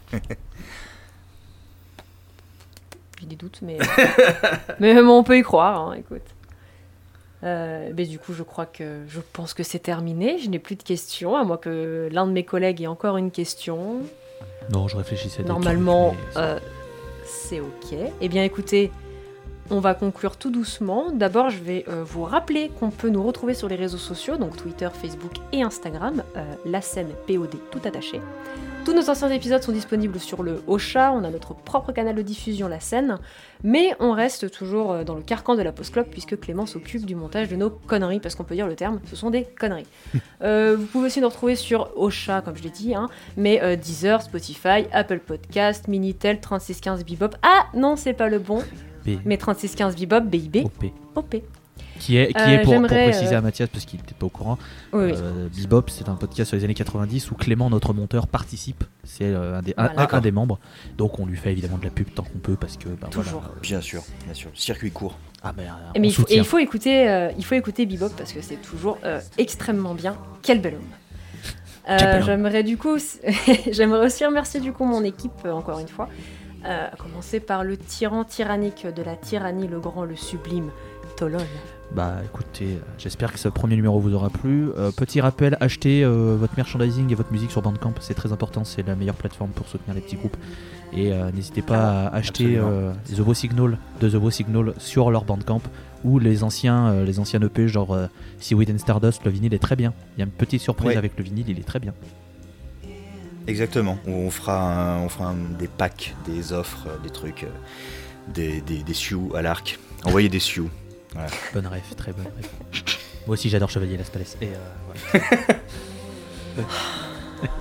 J'ai des doutes, mais... mais on peut y croire, hein, écoute. Mais du coup, je pense que c'est terminé. Je n'ai plus de questions, à moins que l'un de mes collègues ait encore une question. Non, je réfléchissais à des Normalement, trucs, mais c'est ok. Eh bien, écoutez, on va conclure tout doucement. D'abord, je vais vous rappeler qu'on peut nous retrouver sur les réseaux sociaux, donc Twitter, Facebook et Instagram, la scène POD tout attaché. Tous nos anciens épisodes sont disponibles sur le Ocha, on a notre propre canal de diffusion, la scène, mais on reste toujours dans le carcan de la Post Club puisque Clément s'occupe du montage de nos conneries, parce qu'on peut dire le terme, ce sont des conneries. Vous pouvez aussi nous retrouver sur Ocha, comme je l'ai dit, hein, mais Deezer, Spotify, Apple Podcast, Minitel, 3615 Bebop. Ah non, c'est pas le bon, B- mais 3615 Bebop, BIB, OP. OP. Qui est pour j'aimerais, préciser à Mathias, parce qu'il n'était pas au courant, Oui, oui. Bebop, c'est un podcast sur les années 90 où Clément, notre monteur, participe. C'est un Voilà. des membres. Donc on lui fait évidemment de la pub tant qu'on peut, parce que bah, Toujours. voilà. Bien sûr. Circuit court. Ah ben, Mais on soutient. il faut écouter Bebop parce que c'est toujours extrêmement bien. Quel bel homme. Quel bel homme. J'aimerais aussi remercier du coup mon équipe encore une fois. À commencer par le tyran tyrannique de la tyrannie, le grand, le sublime, Tolol. Bah écoutez, j'espère que ce premier numéro vous aura plu. Petit rappel, achetez votre merchandising et votre musique sur Bandcamp, c'est très important, c'est la meilleure plateforme pour soutenir les petits groupes. Et n'hésitez pas à acheter The Beau Signal de The Beau Signal sur leur Bandcamp ou les anciens EP genre Seaweed and Stardust, le vinyle est très bien. Il y a une petite surprise Ouais. avec le vinyle, il est très bien. Exactement. On fera des packs, des offres, des trucs, des sioux à l'arc. Envoyez des sioux. Voilà. Bonne rêve, très bonne rêve. Moi aussi j'adore Chevalier Las Palais. Et voilà.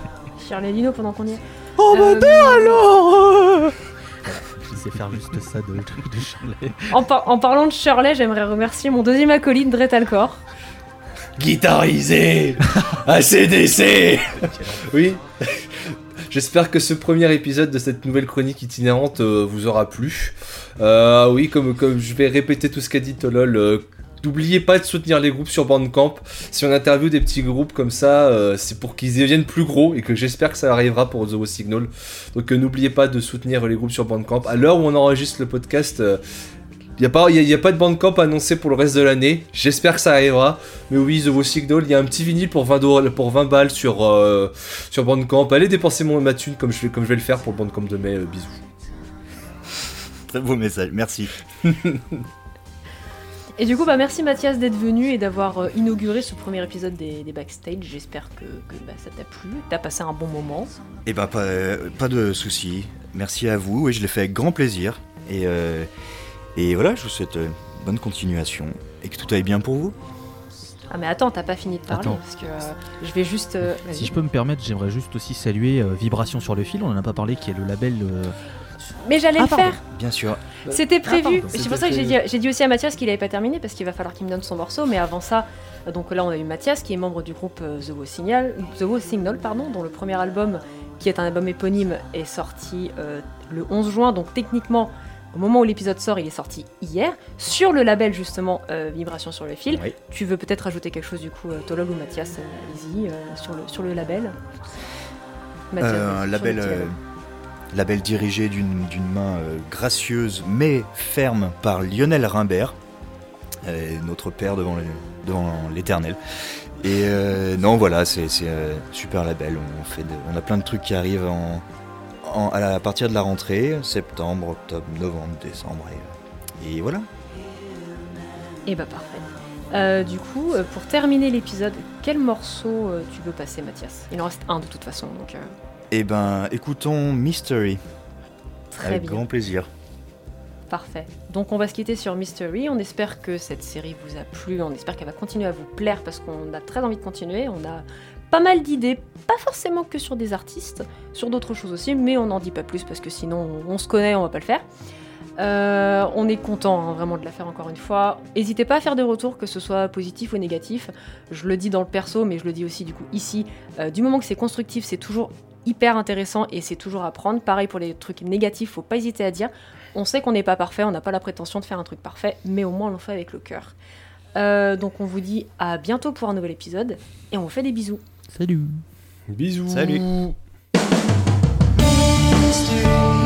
Shirley Lino pendant qu'on y est. Oh bah Euh, alors Je sais faire juste ça de Shirley. En parlant de Shirley, j'aimerais remercier mon deuxième acolyte, Dret Alcor. Guitarisé ACDC. Oui. J'espère que ce premier épisode de cette nouvelle chronique itinérante vous aura plu. Oui, comme je vais répéter tout ce qu'a dit Tolol, n'oubliez pas de soutenir les groupes sur Bandcamp. Si on interviewe des petits groupes comme ça, c'est pour qu'ils deviennent plus gros et que j'espère que ça arrivera pour The Wo Signal. Donc n'oubliez pas de soutenir les groupes sur Bandcamp. À l'heure où on enregistre le podcast, il n'y a pas de Bandcamp annoncé pour le reste de l'année. J'espère que ça arrivera. Mais oui, The Wo Signal, il y a un petit vinyle pour 20 balles sur Bandcamp. Allez dépenser ma thune comme je vais le faire pour le Bandcamp de mai. Bisous. Très beau message, merci. Et du coup, bah, merci Mathias d'être venu et d'avoir inauguré ce premier épisode des Backstage. J'espère que ça t'a plu, t'as passé un bon moment. Et bah pas de soucis. Merci à vous, et je l'ai fait avec grand plaisir. Et voilà, je vous souhaite bonne continuation et que tout aille bien pour vous. Ah mais attends, t'as pas fini de parler, Attends. parce que je vais juste... vas-y. Si je peux me permettre, j'aimerais juste aussi saluer Vibration sur le fil, on en a pas parlé, qui est le label... Mais j'allais le pardon. faire. Bien sûr. C'était prévu. pardon. C'est pour ça que j'ai dit aussi à Mathias qu'il avait pas terminé parce qu'il va falloir qu'il me donne son morceau. Mais avant ça, donc là on a eu Mathias qui est membre du groupe The Wo Signal, dont le premier album, qui est un album éponyme, est sorti le 11 juin. Donc techniquement, au moment où l'épisode sort, il est sorti hier sur le label justement Vibration sur le fil. Oui. Tu veux peut-être ajouter quelque chose du coup, Tolol ou Mathias, allez-y sur le label. Mathias, Un sur label, le petit label. label dirigé d'une main gracieuse mais ferme par Lionel Rimbert, notre père devant l'éternel. Et non, voilà, c'est super label. On a plein de trucs qui arrivent à partir de la rentrée, septembre, octobre, novembre, décembre, et voilà. Et bah parfait. Du coup, pour terminer l'épisode, quel morceau tu veux passer, Mathias? Il en reste un de toute façon, donc Eh ben, écoutons Mystery, très avec bien. grand plaisir. Parfait. Donc on va se quitter sur Mystery. On espère que cette série vous a plu. On espère qu'elle va continuer à vous plaire parce qu'on a très envie de continuer. On a pas mal d'idées, pas forcément que sur des artistes, sur d'autres choses aussi, mais on n'en dit pas plus parce que sinon on se connaît, on va pas le faire. On est content vraiment de la faire encore une fois. N'hésitez pas à faire des retours, que ce soit positif ou négatif. Je le dis dans le perso, mais je le dis aussi du coup ici. Du moment que c'est constructif, c'est toujours hyper intéressant et c'est toujours à prendre. Pareil pour les trucs négatifs, faut pas hésiter à dire. On sait qu'on n'est pas parfait, on n'a pas la prétention de faire un truc parfait, mais au moins on le fait avec le cœur. Donc on vous dit à bientôt pour un nouvel épisode et on vous fait des bisous. Salut. Bisous. Salut. Mystery.